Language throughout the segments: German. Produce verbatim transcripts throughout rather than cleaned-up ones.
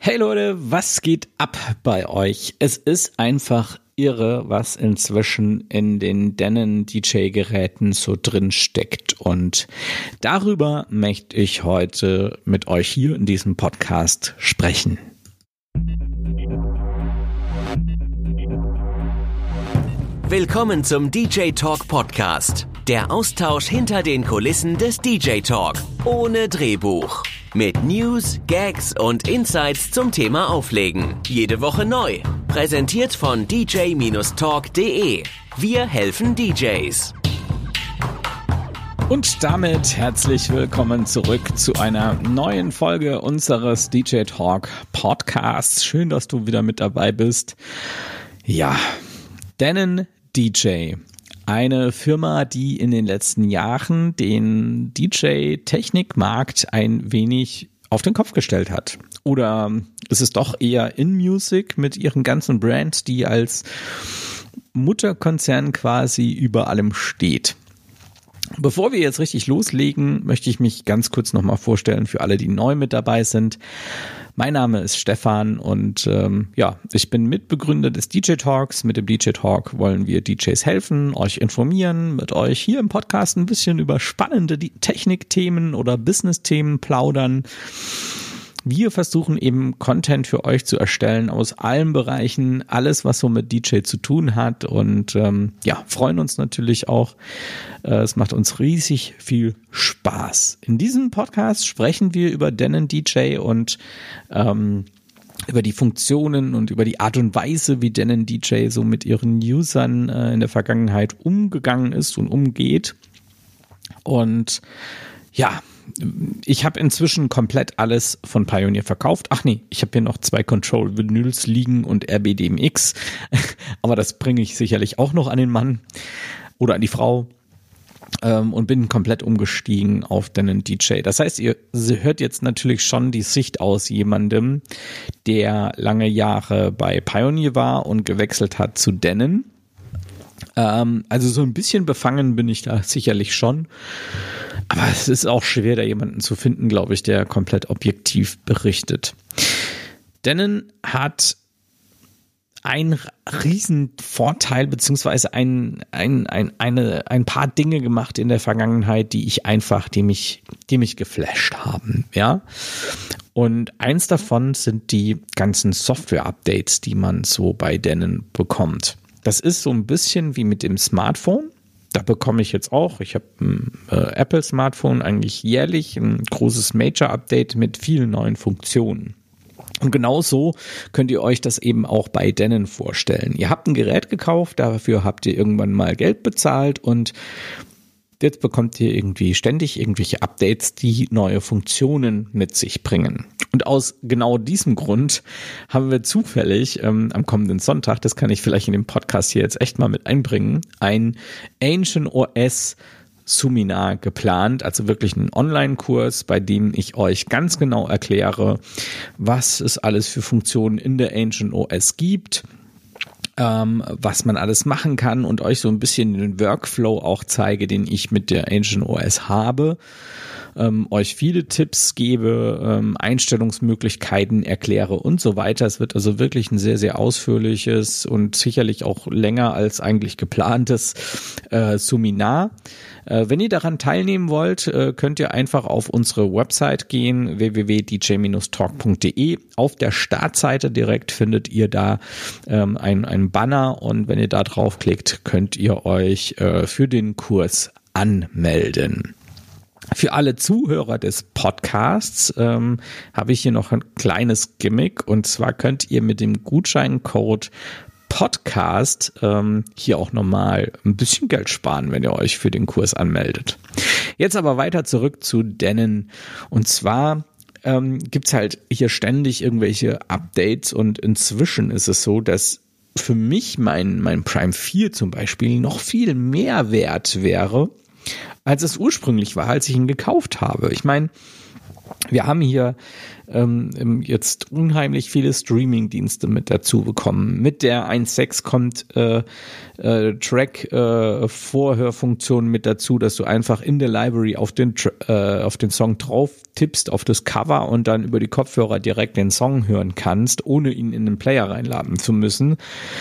Hey Leute, was geht ab bei euch? Es ist einfach irre, was inzwischen in den Denon D J-Geräten so drin steckt. Und darüber möchte ich heute mit euch hier in diesem Podcast sprechen. Willkommen zum D J Talk Podcast. Der Austausch hinter den Kulissen des D J Talk. Ohne Drehbuch. Mit News, Gags und Insights zum Thema Auflegen. Jede Woche neu. Präsentiert von d j Talk punkt de. Wir helfen D Js. Und damit herzlich willkommen zurück zu einer neuen Folge unseres D J Talk Podcasts. Schön, dass du wieder mit dabei bist. Ja, Denon D J. Eine Firma, die in den letzten Jahren den D J-Technikmarkt ein wenig auf den Kopf gestellt hat. Oder ist es doch eher InMusic mit ihren ganzen Brands, die als Mutterkonzern quasi über allem steht. Bevor wir jetzt richtig loslegen, möchte ich mich ganz kurz nochmal vorstellen für alle, die neu mit dabei sind. Mein Name ist Stefan und ähm, ja, ich bin Mitbegründer des D J Talks. Mit dem D J Talk wollen wir D Js helfen, euch informieren, mit euch hier im Podcast ein bisschen über spannende Technikthemen oder Business-Themen plaudern. Wir versuchen eben Content für euch zu erstellen aus allen Bereichen, alles was so mit D J zu tun hat und ähm, ja, freuen uns natürlich auch. Äh, es macht uns riesig viel Spaß. In diesem Podcast sprechen wir über Denon D J und ähm, über die Funktionen und über die Art und Weise, wie Denon D J so mit ihren Usern äh, in der Vergangenheit umgegangen ist und umgeht. Und ja, ich habe inzwischen komplett alles von Pioneer verkauft. Ach nee, ich habe hier noch zwei Control-Vinyls liegen und R B D M X. Aber das bringe ich sicherlich auch noch an den Mann oder an die Frau. Ähm, und bin komplett umgestiegen auf Denon D J. Das heißt, ihr hört jetzt natürlich schon die Sicht aus jemandem, der lange Jahre bei Pioneer war und gewechselt hat zu Denon. Ähm, also so ein bisschen befangen bin ich da sicherlich schon. Aber es ist auch schwer, da jemanden zu finden, glaube ich, der komplett objektiv berichtet. Denon hat einen riesen Vorteil, beziehungsweise ein, ein, ein, eine, ein paar Dinge gemacht in der Vergangenheit, die ich einfach, die mich, die mich geflasht haben, ja. Und eins davon sind die ganzen Software-Updates, die man so bei Denon bekommt. Das ist so ein bisschen wie mit dem Smartphone. Da bekomme ich jetzt auch, ich habe ein äh, Apple-Smartphone eigentlich jährlich, ein großes Major-Update mit vielen neuen Funktionen. Und genau so könnt ihr euch das eben auch bei Denon vorstellen. Ihr habt ein Gerät gekauft, dafür habt ihr irgendwann mal Geld bezahlt und jetzt bekommt ihr irgendwie ständig irgendwelche Updates, die neue Funktionen mit sich bringen. Und aus genau diesem Grund haben wir zufällig ähm, am kommenden Sonntag, das kann ich vielleicht in dem Podcast hier jetzt echt mal mit einbringen, ein Ancient O S Seminar geplant, also wirklich einen Online-Kurs, bei dem ich euch ganz genau erkläre, was es alles für Funktionen in der Ancient O S gibt, ähm, was man alles machen kann und euch so ein bisschen den Workflow auch zeige, den ich mit der Ancient O S habe. Ähm, euch viele Tipps gebe, ähm, Einstellungsmöglichkeiten erkläre und so weiter. Es wird also wirklich ein sehr, sehr ausführliches und sicherlich auch länger als eigentlich geplantes äh, Seminar. Äh, wenn ihr daran teilnehmen wollt, äh, könnt ihr einfach auf unsere Website gehen, w w w punkt d j talk punkt de. Auf der Startseite direkt findet ihr da ähm, ein, ein Banner und wenn ihr da draufklickt, könnt ihr euch äh, für den Kurs anmelden. Für alle Zuhörer des Podcasts ähm, habe ich hier noch ein kleines Gimmick und zwar könnt ihr mit dem Gutscheincode Podcast ähm, hier auch nochmal ein bisschen Geld sparen, wenn ihr euch für den Kurs anmeldet. Jetzt aber weiter zurück zu Denon und zwar ähm, gibt's halt hier ständig irgendwelche Updates und inzwischen ist es so, dass für mich mein, mein Prime vier zum Beispiel noch viel mehr wert wäre, als es ursprünglich war, als ich ihn gekauft habe. Ich meine, wir haben hier ähm, jetzt unheimlich viele Streaming-Dienste mit dazu bekommen. Mit der eins Punkt sechs kommt äh, äh, Track-Vorhörfunktion äh, mit dazu, dass du einfach in der Library auf den, äh, auf den Song drauf tippst, auf das Cover und dann über die Kopfhörer direkt den Song hören kannst, ohne ihn in den Player reinladen zu müssen.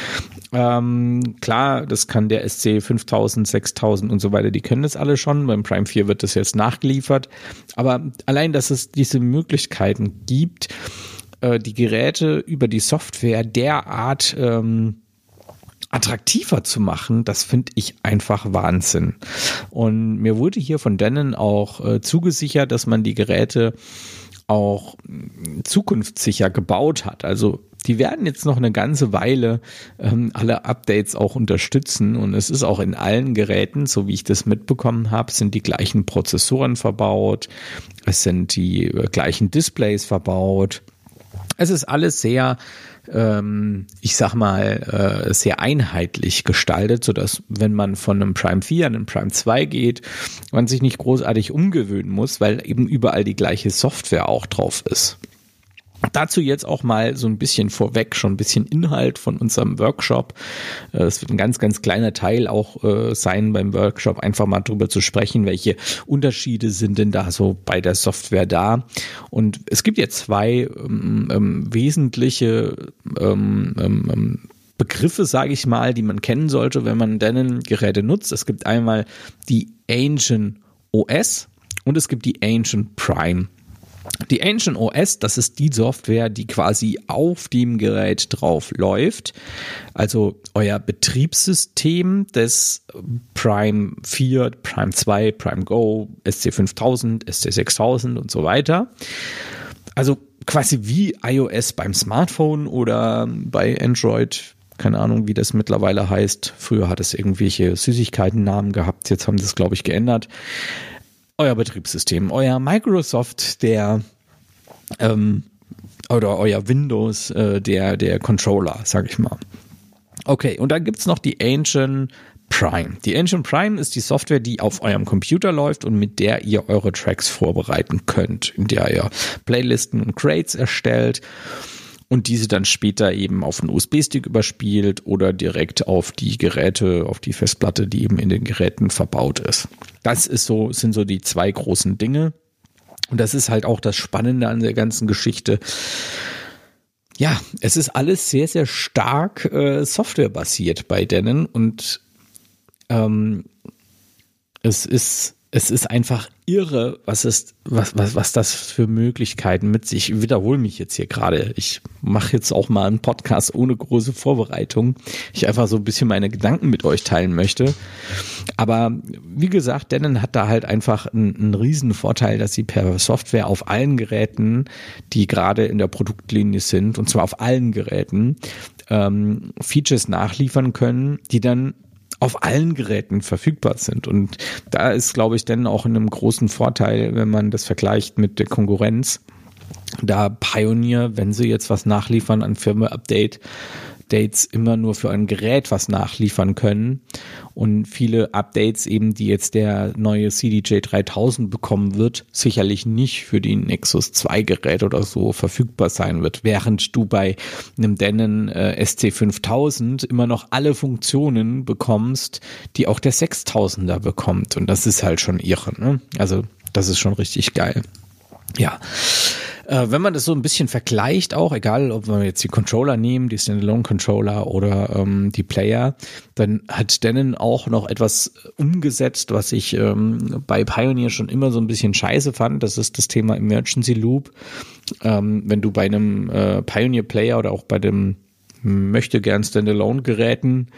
Ähm, klar, das kann der S C fünftausend, sechstausend und so weiter, die können das alle schon. Beim Prime vier wird das jetzt nachgeliefert. Aber allein, dass es diese Möglichkeiten gibt, äh, die Geräte über die Software derart ähm, attraktiver zu machen, das finde ich einfach Wahnsinn. Und mir wurde hier von Denon auch äh, zugesichert, dass man die Geräte auch zukunftssicher gebaut hat. Also die werden jetzt noch eine ganze Weile ähm, alle Updates auch unterstützen und es ist auch in allen Geräten, so wie ich das mitbekommen habe, sind die gleichen Prozessoren verbaut, es sind die äh, gleichen Displays verbaut. Es ist alles sehr, ähm, ich sag mal, äh, sehr einheitlich gestaltet, sodass, wenn man von einem Prime vier an einen Prime zwei geht, man sich nicht großartig umgewöhnen muss, weil eben überall die gleiche Software auch drauf ist. Dazu jetzt auch mal so ein bisschen vorweg, schon ein bisschen Inhalt von unserem Workshop. Es wird ein ganz, ganz kleiner Teil auch äh, sein beim Workshop, einfach mal drüber zu sprechen, welche Unterschiede sind denn da so bei der Software da. Und es gibt jetzt zwei ähm, ähm, wesentliche ähm, ähm, Begriffe, sage ich mal, die man kennen sollte, wenn man Denon-Geräte nutzt. Es gibt einmal die Ancient O S und es gibt die Ancient Prime. Die Ancient O S, das ist die Software, die quasi auf dem Gerät drauf läuft. Also euer Betriebssystem des Prime vier, Prime zwei, Prime Go, S C fünftausend, S C sechstausend und so weiter. Also quasi wie iOS beim Smartphone oder bei Android. Keine Ahnung, wie das mittlerweile heißt. Früher hat es irgendwelche Süßigkeiten-Namen gehabt. Jetzt haben sie es, glaube ich, geändert. Euer Betriebssystem, euer Microsoft, der ähm, oder euer Windows, äh, der der Controller, sag ich mal. Okay, und dann gibt's noch die Ancient Prime. Die Ancient Prime ist die Software, die auf eurem Computer läuft und mit der ihr eure Tracks vorbereiten könnt, in der ihr Playlisten und Crates erstellt und diese dann später eben auf einen U S B-Stick überspielt oder direkt auf die Geräte, auf die Festplatte, die eben in den Geräten verbaut ist. Das ist so, sind so die zwei großen Dinge. Und das ist halt auch das Spannende an der ganzen Geschichte. Ja, es ist alles sehr, sehr stark äh, softwarebasiert bei Denon und ähm, es ist Es ist einfach irre, was ist, was, was, was das für Möglichkeiten mit sich. Ich wiederhole mich jetzt hier gerade. Ich mache jetzt auch mal einen Podcast ohne große Vorbereitung. Ich einfach so ein bisschen meine Gedanken mit euch teilen möchte. Aber wie gesagt, Denon hat da halt einfach einen, einen riesen Vorteil, dass sie per Software auf allen Geräten, die gerade in der Produktlinie sind, und zwar auf allen Geräten, ähm, Features nachliefern können, die dann auf allen Geräten verfügbar sind. Und da ist, glaube ich, dann auch in einem großen Vorteil, wenn man das vergleicht mit der Konkurrenz. Da Pioneer, wenn sie jetzt was nachliefern an Firmware-Update, Dates immer nur für ein Gerät was nachliefern können und viele Updates eben, die jetzt der neue C D J dreitausend bekommen wird, sicherlich nicht für die Nexus zwei Gerät oder so verfügbar sein wird, während du bei einem Denon äh, S C fünftausend immer noch alle Funktionen bekommst, die auch der sechstausender bekommt, und das ist halt schon irre, ne? Also das ist schon richtig geil. Ja. Wenn man das so ein bisschen vergleicht, auch egal, ob wir jetzt die Controller nehmen, die Standalone-Controller oder ähm, die Player, dann hat Denon auch noch etwas umgesetzt, was ich ähm, bei Pioneer schon immer so ein bisschen scheiße fand. Das ist das Thema Emergency Loop. Ähm, wenn du bei einem äh, Pioneer-Player oder auch bei dem möchte gern Standalone-Geräten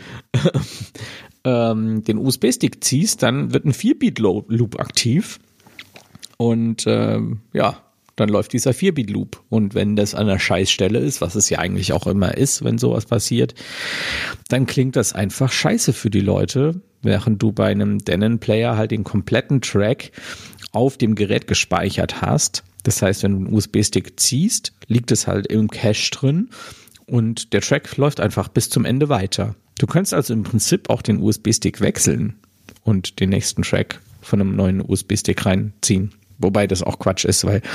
ähm, den U S B-Stick ziehst, dann wird ein vier-Bit-Loop aktiv und ähm, ja, dann läuft dieser vier-Bit-Loop. Und wenn das an der Scheißstelle ist, was es ja eigentlich auch immer ist, wenn sowas passiert, dann klingt das einfach scheiße für die Leute, während du bei einem Denon-Player halt den kompletten Track auf dem Gerät gespeichert hast. Das heißt, wenn du einen U S B-Stick ziehst, liegt es halt im Cache drin und der Track läuft einfach bis zum Ende weiter. Du kannst also im Prinzip auch den U S B-Stick wechseln und den nächsten Track von einem neuen U S B-Stick reinziehen. Wobei das auch Quatsch ist, weil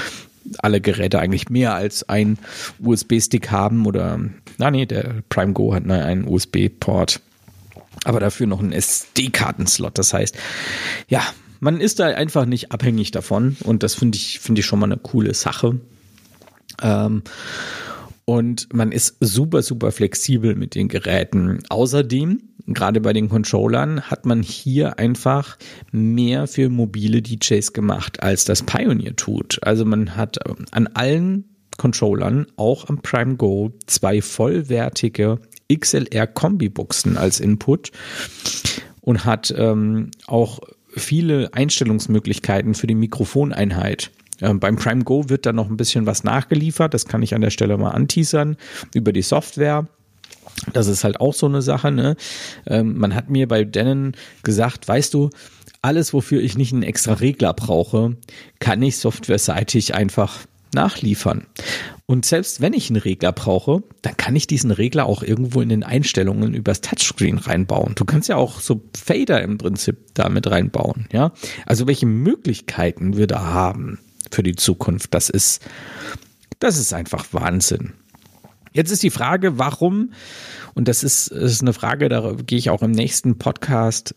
alle Geräte eigentlich mehr als ein U S B-Stick haben oder, na nee, der Prime Go hat einen U S B-Port, aber dafür noch einen S D-Kartenslot. Das heißt, ja, man ist da einfach nicht abhängig davon und das finde ich, finde ich schon mal eine coole Sache. Ähm, und man ist super, super flexibel mit den Geräten. Außerdem, gerade bei den Controllern, hat man hier einfach mehr für mobile D Js gemacht, als das Pioneer tut. Also man hat an allen Controllern, auch am Prime Go, zwei vollwertige X L R-Kombi-Buchsen als Input und hat ähm, auch viele Einstellungsmöglichkeiten für die Mikrofoneinheit. Ähm, beim Prime Go wird da noch ein bisschen was nachgeliefert, das kann ich an der Stelle mal anteasern, über die Software. Das ist halt auch so eine Sache, ne? Ähm, man hat mir bei Denon gesagt, weißt du, alles, wofür ich nicht einen extra Regler brauche, kann ich softwareseitig einfach nachliefern. Und selbst wenn ich einen Regler brauche, dann kann ich diesen Regler auch irgendwo in den Einstellungen übers Touchscreen reinbauen. Du kannst ja auch so Fader im Prinzip damit reinbauen, ja. Also welche Möglichkeiten wir da haben für die Zukunft, das ist, das ist einfach Wahnsinn. Jetzt ist die Frage, warum, und das ist, ist eine Frage, da gehe ich auch im nächsten Podcast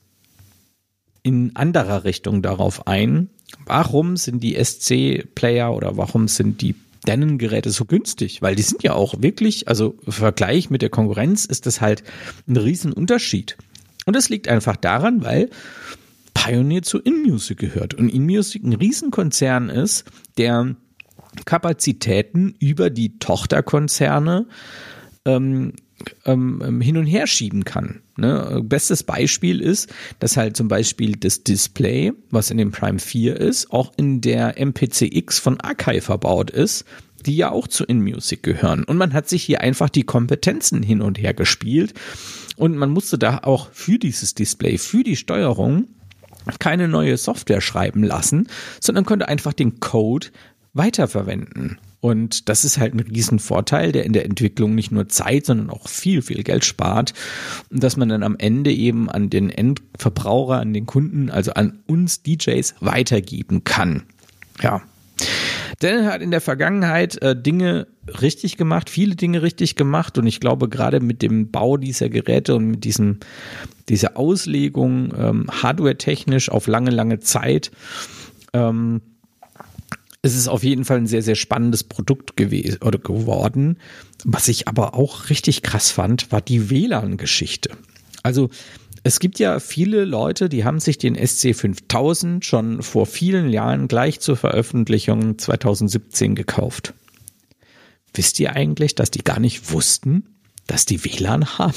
in anderer Richtung darauf ein, warum sind die S C-Player oder warum sind die Denon-Geräte so günstig? Weil die sind ja auch wirklich, also im Vergleich mit der Konkurrenz ist das halt ein Riesenunterschied. Und das liegt einfach daran, weil Pioneer zu InMusic gehört und InMusic ein Riesenkonzern ist, der Kapazitäten über die Tochterkonzerne ähm, ähm, hin und her schieben kann. Ne? Bestes Beispiel ist, dass halt zum Beispiel das Display, was in dem Prime vier ist, auch in der M P C X von Akai verbaut ist, die ja auch zu InMusic gehören. Und man hat sich hier einfach die Kompetenzen hin und her gespielt und man musste da auch für dieses Display, für die Steuerung keine neue Software schreiben lassen, sondern konnte einfach den Code weiterverwenden. Und das ist halt ein Riesenvorteil, der in der Entwicklung nicht nur Zeit, sondern auch viel, viel Geld spart. Und dass man dann am Ende eben an den Endverbraucher, an den Kunden, also an uns D Js weitergeben kann. Ja. Denon hat in der Vergangenheit äh, Dinge richtig gemacht, viele Dinge richtig gemacht und ich glaube gerade mit dem Bau dieser Geräte und mit diesem, dieser Auslegung ähm, hardware-technisch auf lange, lange Zeit ähm, es ist auf jeden Fall ein sehr, sehr spannendes Produkt gewesen oder geworden. Was ich aber auch richtig krass fand, war die W L A N-Geschichte. Also es gibt ja viele Leute, die haben sich den S C fünftausend schon vor vielen Jahren gleich zur Veröffentlichung zwanzig siebzehn gekauft. Wisst ihr eigentlich, dass die gar nicht wussten, dass die W L A N haben?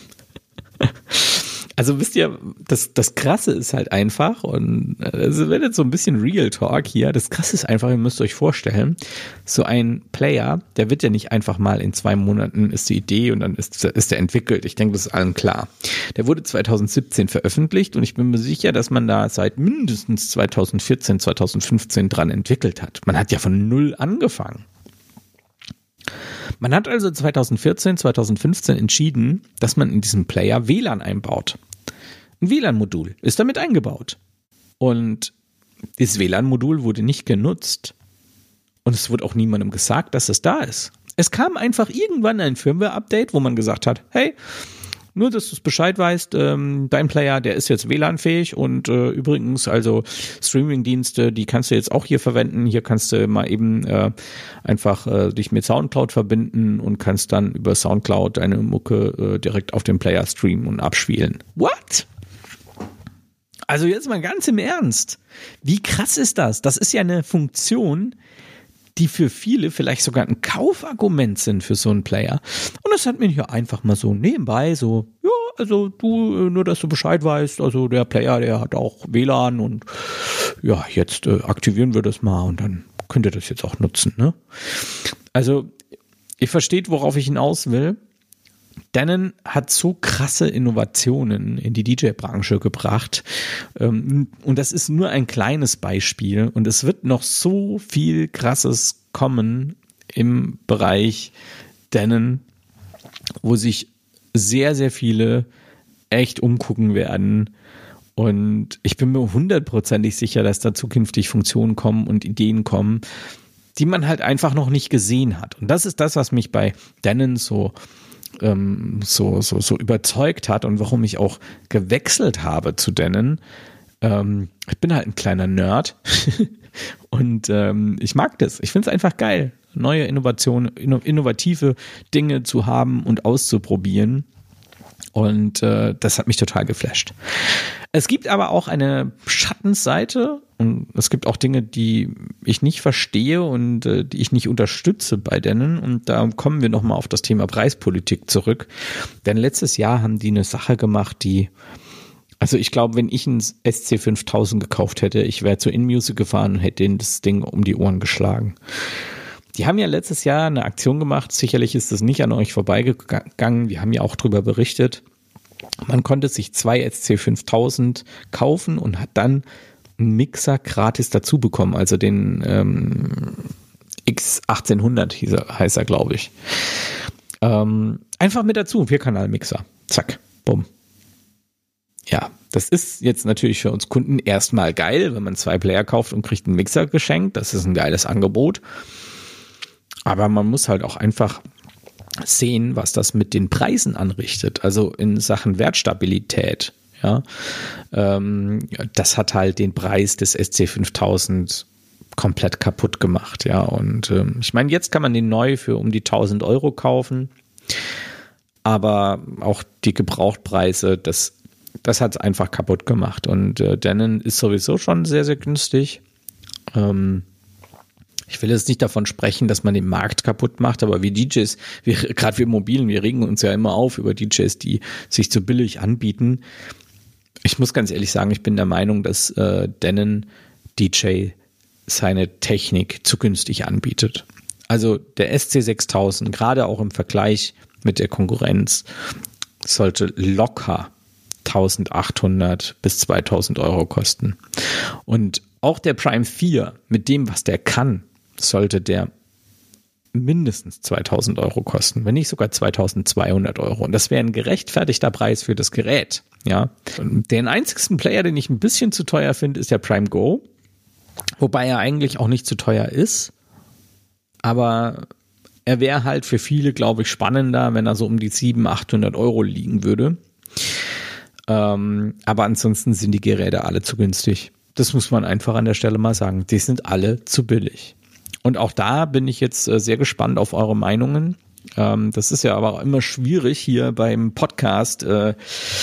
Also wisst ihr, das, das Krasse ist halt einfach, und es wird jetzt so ein bisschen Real Talk hier, das Krasse ist einfach, ihr müsst euch vorstellen, so ein Player, der wird ja nicht einfach mal in zwei Monaten ist die Idee und dann ist, ist der entwickelt. Ich denke, das ist allen klar. Der wurde zwanzig siebzehn veröffentlicht und ich bin mir sicher, dass man da seit mindestens zwanzig vierzehn, zwanzig fünfzehn dran entwickelt hat. Man hat ja von null angefangen. Man hat also zwanzig vierzehn, zwanzig fünfzehn entschieden, dass man in diesem Player W L A N einbaut. Ein W L A N-Modul ist damit eingebaut. Und dieses W L A N-Modul wurde nicht genutzt. Und es wurde auch niemandem gesagt, dass es da ist. Es kam einfach irgendwann ein Firmware-Update, wo man gesagt hat, hey, nur, dass du es Bescheid weißt, ähm, dein Player, der ist jetzt W L A N-fähig und äh, übrigens, also Streaming-Dienste, die kannst du jetzt auch hier verwenden. Hier kannst du mal eben äh, einfach äh, dich mit Soundcloud verbinden und kannst dann über Soundcloud deine Mucke äh, direkt auf dem Player streamen und abspielen. What? Also jetzt mal ganz im Ernst. Wie krass ist das? Das ist ja eine Funktion, die für viele vielleicht sogar ein Kaufargument sind für so einen Player. Und das hat mir hier einfach mal so nebenbei so, ja, also du, nur dass du Bescheid weißt, also der Player, der hat auch W L A N und ja, jetzt äh, aktivieren wir das mal und dann könnt ihr das jetzt auch nutzen, ne? Also, ihr versteht, worauf ich hinaus will. Denon hat so krasse Innovationen in die D J-Branche gebracht und das ist nur ein kleines Beispiel und es wird noch so viel Krasses kommen im Bereich Denon, wo sich sehr, sehr viele echt umgucken werden und ich bin mir hundertprozentig sicher, dass da zukünftig Funktionen kommen und Ideen kommen, die man halt einfach noch nicht gesehen hat. Und das ist das, was mich bei Denon so ähm, so so so überzeugt hat und warum ich auch gewechselt habe zu Denon. Ähm, ich bin halt ein kleiner Nerd und ähm, ich mag das. Ich finde es einfach geil, neue Innovationen, innovative Dinge zu haben und auszuprobieren. Und äh, das hat mich total geflasht. Es gibt aber auch eine Schattenseite und es gibt auch Dinge, die ich nicht verstehe und äh, die ich nicht unterstütze bei Denon. Und da kommen wir nochmal auf das Thema Preispolitik zurück. Denn letztes Jahr haben die eine Sache gemacht, die, also ich glaube, wenn ich ein S C fünftausend gekauft hätte, ich wäre zu InMusic gefahren und hätte denen das Ding um die Ohren geschlagen. Die haben ja letztes Jahr eine Aktion gemacht, sicherlich ist das nicht an euch vorbeigegangen, wir haben ja auch darüber berichtet. Man konnte sich zwei S C fünftausend kaufen und hat dann einen Mixer gratis dazu bekommen, also den ähm, X achtzehnhundert hieß er, heißt er, glaube ich. Ähm, einfach mit dazu, ein Vierkanal-Mixer, zack, bumm. Ja, das ist jetzt natürlich für uns Kunden erstmal geil, wenn man zwei Player kauft und kriegt einen Mixer geschenkt, das ist ein geiles Angebot. Aber man muss halt auch einfach sehen, was das mit den Preisen anrichtet. Also in Sachen Wertstabilität. Ja, ähm, das hat halt den Preis des S C fünftausend komplett kaputt gemacht. Ja, und ähm, ich meine, jetzt kann man den neu für um die tausend Euro kaufen. Aber auch die Gebrauchtpreise, das, das hat es einfach kaputt gemacht. Und äh, Denon ist sowieso schon sehr, sehr günstig. Ähm, Ich will jetzt nicht davon sprechen, dass man den Markt kaputt macht, aber wir D Js, wir, gerade wir Mobilen, wir regen uns ja immer auf über D Js, die sich zu billig anbieten. Ich muss ganz ehrlich sagen, ich bin der Meinung, dass äh, Denon D J seine Technik zu günstig anbietet. Also der S C sechstausend, gerade auch im Vergleich mit der Konkurrenz, sollte locker eintausendachthundert bis zweitausend Euro kosten. Und auch der Prime vier, mit dem, was der kann, sollte der mindestens zweitausend Euro kosten, wenn nicht sogar zweitausendzweihundert Euro. Und das wäre ein gerechtfertigter Preis für das Gerät. Ja, den einzigsten Player, den ich ein bisschen zu teuer finde, ist der Prime Go. Wobei er eigentlich auch nicht zu teuer ist. Aber er wäre halt für viele, glaube ich, spannender, wenn er so um die siebenhundert, achthundert Euro liegen würde. Ähm, aber ansonsten sind die Geräte alle zu günstig. Das muss man einfach an der Stelle mal sagen. Die sind alle zu billig. Und auch da bin ich jetzt äh, sehr gespannt auf eure Meinungen. Ähm, das ist ja aber auch immer schwierig hier beim Podcast, äh,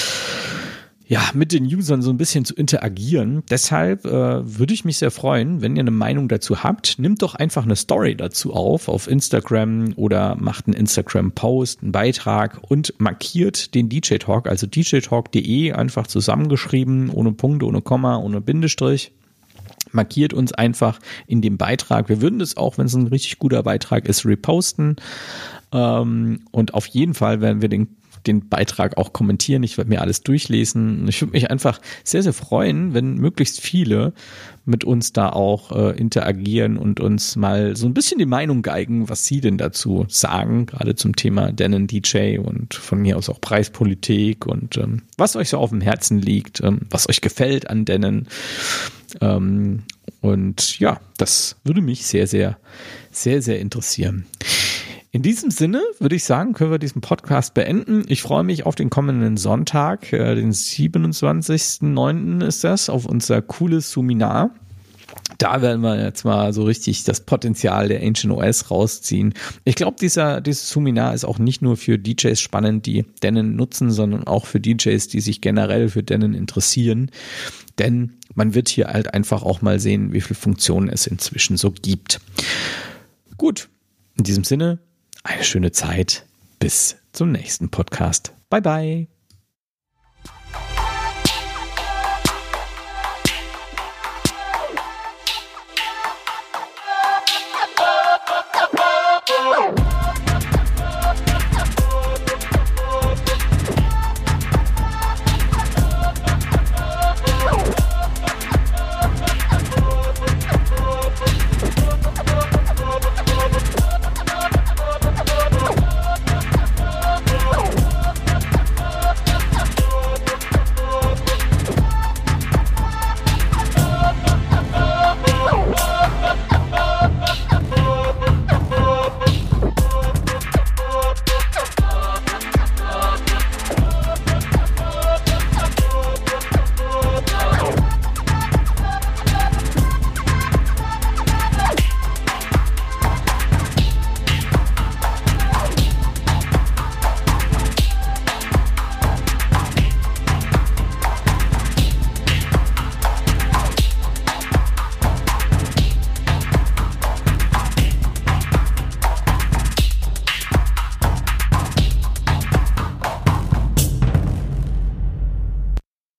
ja, mit den Usern so ein bisschen zu interagieren. Deshalb äh, würde ich mich sehr freuen, wenn ihr eine Meinung dazu habt. Nimmt doch einfach eine Story dazu auf, auf Instagram oder macht einen Instagram-Post, einen Beitrag und markiert den D J Talk, also d j talk punkt de, einfach zusammengeschrieben, ohne Punkte, ohne Komma, ohne Bindestrich. Markiert uns einfach in dem Beitrag. Wir würden das auch, wenn es ein richtig guter Beitrag ist, reposten. Ähm, und auf jeden Fall werden wir den den Beitrag auch kommentieren. Ich werde mir alles durchlesen. Ich würde mich einfach sehr, sehr freuen, wenn möglichst viele mit uns da auch äh, interagieren und uns mal so ein bisschen die Meinung geigen, was sie denn dazu sagen, gerade zum Thema Denon D J und von mir aus auch Preispolitik und ähm, was euch so auf dem Herzen liegt, ähm, was euch gefällt an Denon. Ähm, und ja, das würde mich sehr, sehr, sehr, sehr interessieren. In diesem Sinne würde ich sagen, können wir diesen Podcast beenden. Ich freue mich auf den kommenden Sonntag, äh, den siebenundzwanzigsten neunten ist das, auf unser cooles Suminar. Da werden wir jetzt mal so richtig das Potenzial der Ancient O S rausziehen. Ich glaube, dieser dieses Suminar ist auch nicht nur für D Js spannend, die Denon nutzen, sondern auch für D Js, die sich generell für Denon interessieren. Denn man wird hier halt einfach auch mal sehen, wie viele Funktionen es inzwischen so gibt. Gut, in diesem Sinne, eine schöne Zeit. Bis zum nächsten Podcast. Bye, bye.